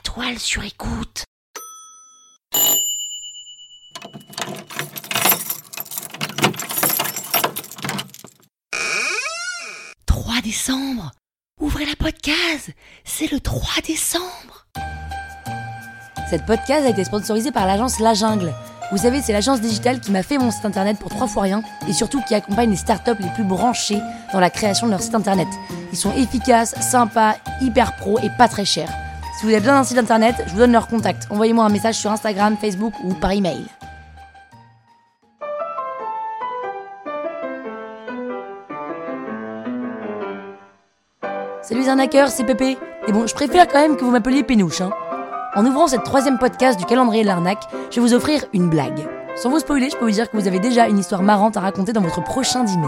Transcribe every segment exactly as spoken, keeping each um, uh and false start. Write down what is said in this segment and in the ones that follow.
toile sur écoute. trois décembre. Ouvrez la podcast. C'est le trois décembre. Cette podcast a été sponsorisée par l'agence La Jungle. Vous savez, c'est l'agence digitale qui m'a fait mon site internet pour trois fois rien et surtout qui accompagne les startups les plus branchées dans la création de leur site internet. Ils sont efficaces, sympas, hyper pro et pas très chers. Si vous avez besoin d'un site internet, je vous donne leur contact. Envoyez-moi un message sur Instagram, Facebook ou par email. Salut les arnaqueurs, c'est Pépé. Et bon, je préfère quand même que vous m'appeliez Pénouche, hein. En ouvrant cette troisième podcast du calendrier de l'arnaque, je vais vous offrir une blague. Sans vous spoiler, je peux vous dire que vous avez déjà une histoire marrante à raconter dans votre prochain dîner.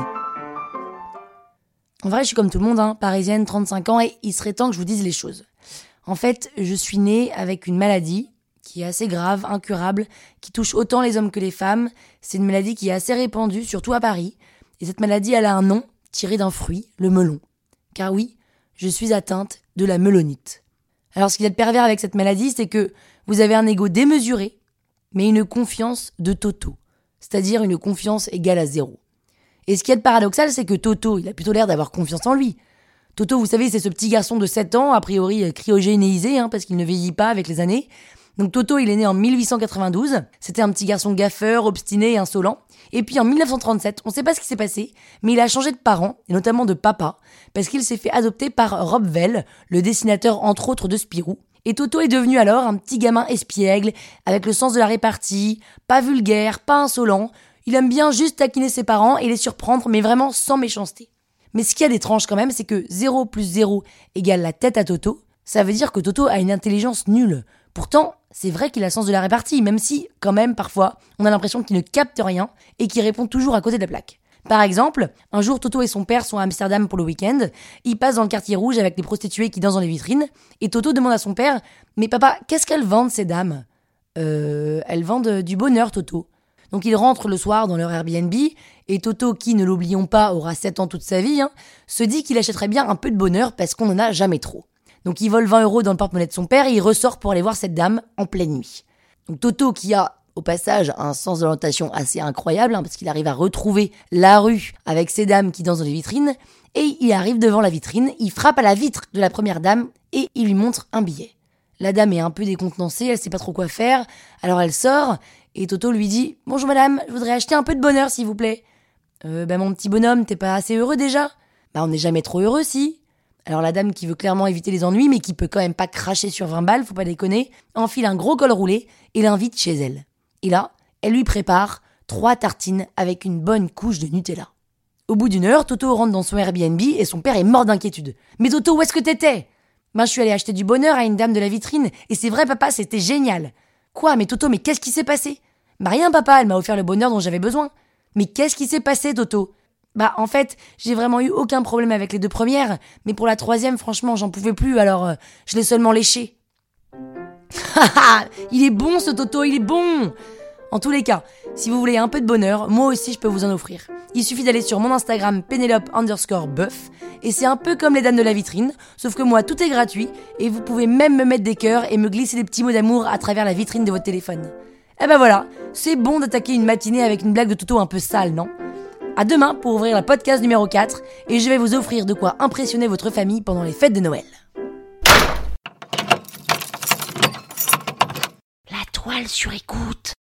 En vrai, je suis comme tout le monde, hein, parisienne, trente-cinq ans, et il serait temps que je vous dise les choses. En fait, je suis née avec une maladie qui est assez grave, incurable, qui touche autant les hommes que les femmes. C'est une maladie qui est assez répandue, surtout à Paris. Et cette maladie, elle a un nom tiré d'un fruit, le melon. Car oui, je suis atteinte de la melonite. Alors ce qu'il y a de pervers avec cette maladie, c'est que vous avez un ego démesuré, mais une confiance de Toto. C'est-à-dire une confiance égale à zéro. Et ce qu'il y a de paradoxal, c'est que Toto, il a plutôt l'air d'avoir confiance en lui. Toto, vous savez, c'est ce petit garçon de sept ans, a priori cryogénéisé, hein, parce qu'il ne vieillit pas avec les années. Donc Toto, il est né en mille huit cent quatre-vingt-douze. C'était un petit garçon gaffeur, obstiné et insolent. Et puis en mille neuf cent trente-sept, on ne sait pas ce qui s'est passé, mais il a changé de parents, et notamment de papa, parce qu'il s'est fait adopter par Rob Vell, le dessinateur entre autres de Spirou. Et Toto est devenu alors un petit gamin espiègle, avec le sens de la répartie, pas vulgaire, pas insolent. Il aime bien juste taquiner ses parents et les surprendre, mais vraiment sans méchanceté. Mais ce qu'il y a d'étrange quand même, c'est que zéro plus zéro égale la tête à Toto. Ça veut dire que Toto a une intelligence nulle. Pourtant, c'est vrai qu'il a le sens de la répartie, même si, quand même, parfois, on a l'impression qu'il ne capte rien et qu'il répond toujours à côté de la plaque. Par exemple, un jour, Toto et son père sont à Amsterdam pour le week-end. Ils passent dans le quartier rouge avec des prostituées qui dansent dans les vitrines. Et Toto demande à son père « Mais papa, qu'est-ce qu'elles vendent, ces dames ?»« Euh, elles vendent du bonheur, Toto. » Donc ils rentrent le soir dans leur Airbnb. Et Toto, qui, ne l'oublions pas, aura sept ans toute sa vie, hein, se dit qu'il achèterait bien un peu de bonheur parce qu'on n'en a jamais trop. Donc il vole vingt euros dans le porte-monnaie de son père et il ressort pour aller voir cette dame en pleine nuit. Donc Toto, qui a au passage un sens de l'orientation assez incroyable, hein, parce qu'il arrive à retrouver la rue avec ces dames qui dansent dans les vitrines, et il arrive devant la vitrine, il frappe à la vitre de la première dame et il lui montre un billet. La dame est un peu décontenancée, elle sait pas trop quoi faire, alors elle sort et Toto lui dit « Bonjour madame, je voudrais acheter un peu de bonheur s'il vous plaît. » Euh, bah mon petit bonhomme, t'es pas assez heureux déjà ? Bah on n'est jamais trop heureux si. Alors la dame qui veut clairement éviter les ennuis, mais qui peut quand même pas cracher sur vingt balles, faut pas déconner, enfile un gros col roulé et l'invite chez elle. Et là, elle lui prépare trois tartines avec une bonne couche de Nutella. Au bout d'une heure, Toto rentre dans son Airbnb et son père est mort d'inquiétude. « Mais Toto, où est-ce que t'étais ?»« Ben je suis allé acheter du bonheur à une dame de la vitrine et c'est vrai papa, c'était génial. »« Quoi, mais Toto, mais qu'est-ce qui s'est passé ?»« Bah rien papa, elle m'a offert le bonheur dont j'avais besoin. »« Mais qu'est-ce qui s'est passé Toto ?» Bah en fait, j'ai vraiment eu aucun problème avec les deux premières, mais pour la troisième, franchement, j'en pouvais plus, alors euh, je l'ai seulement léché. Haha, il est bon ce Toto, il est bon. En tous les cas, si vous voulez un peu de bonheur, moi aussi je peux vous en offrir. Il suffit d'aller sur mon Instagram Pénélope underscore Buff, et c'est un peu comme les dames de la vitrine, sauf que moi tout est gratuit, et vous pouvez même me mettre des cœurs et me glisser des petits mots d'amour à travers la vitrine de votre téléphone. Et ben voilà, c'est bon d'attaquer une matinée avec une blague de Toto un peu sale, non ? À demain pour ouvrir la podcast numéro quatre et je vais vous offrir de quoi impressionner votre famille pendant les fêtes de Noël. La toile sur écoute.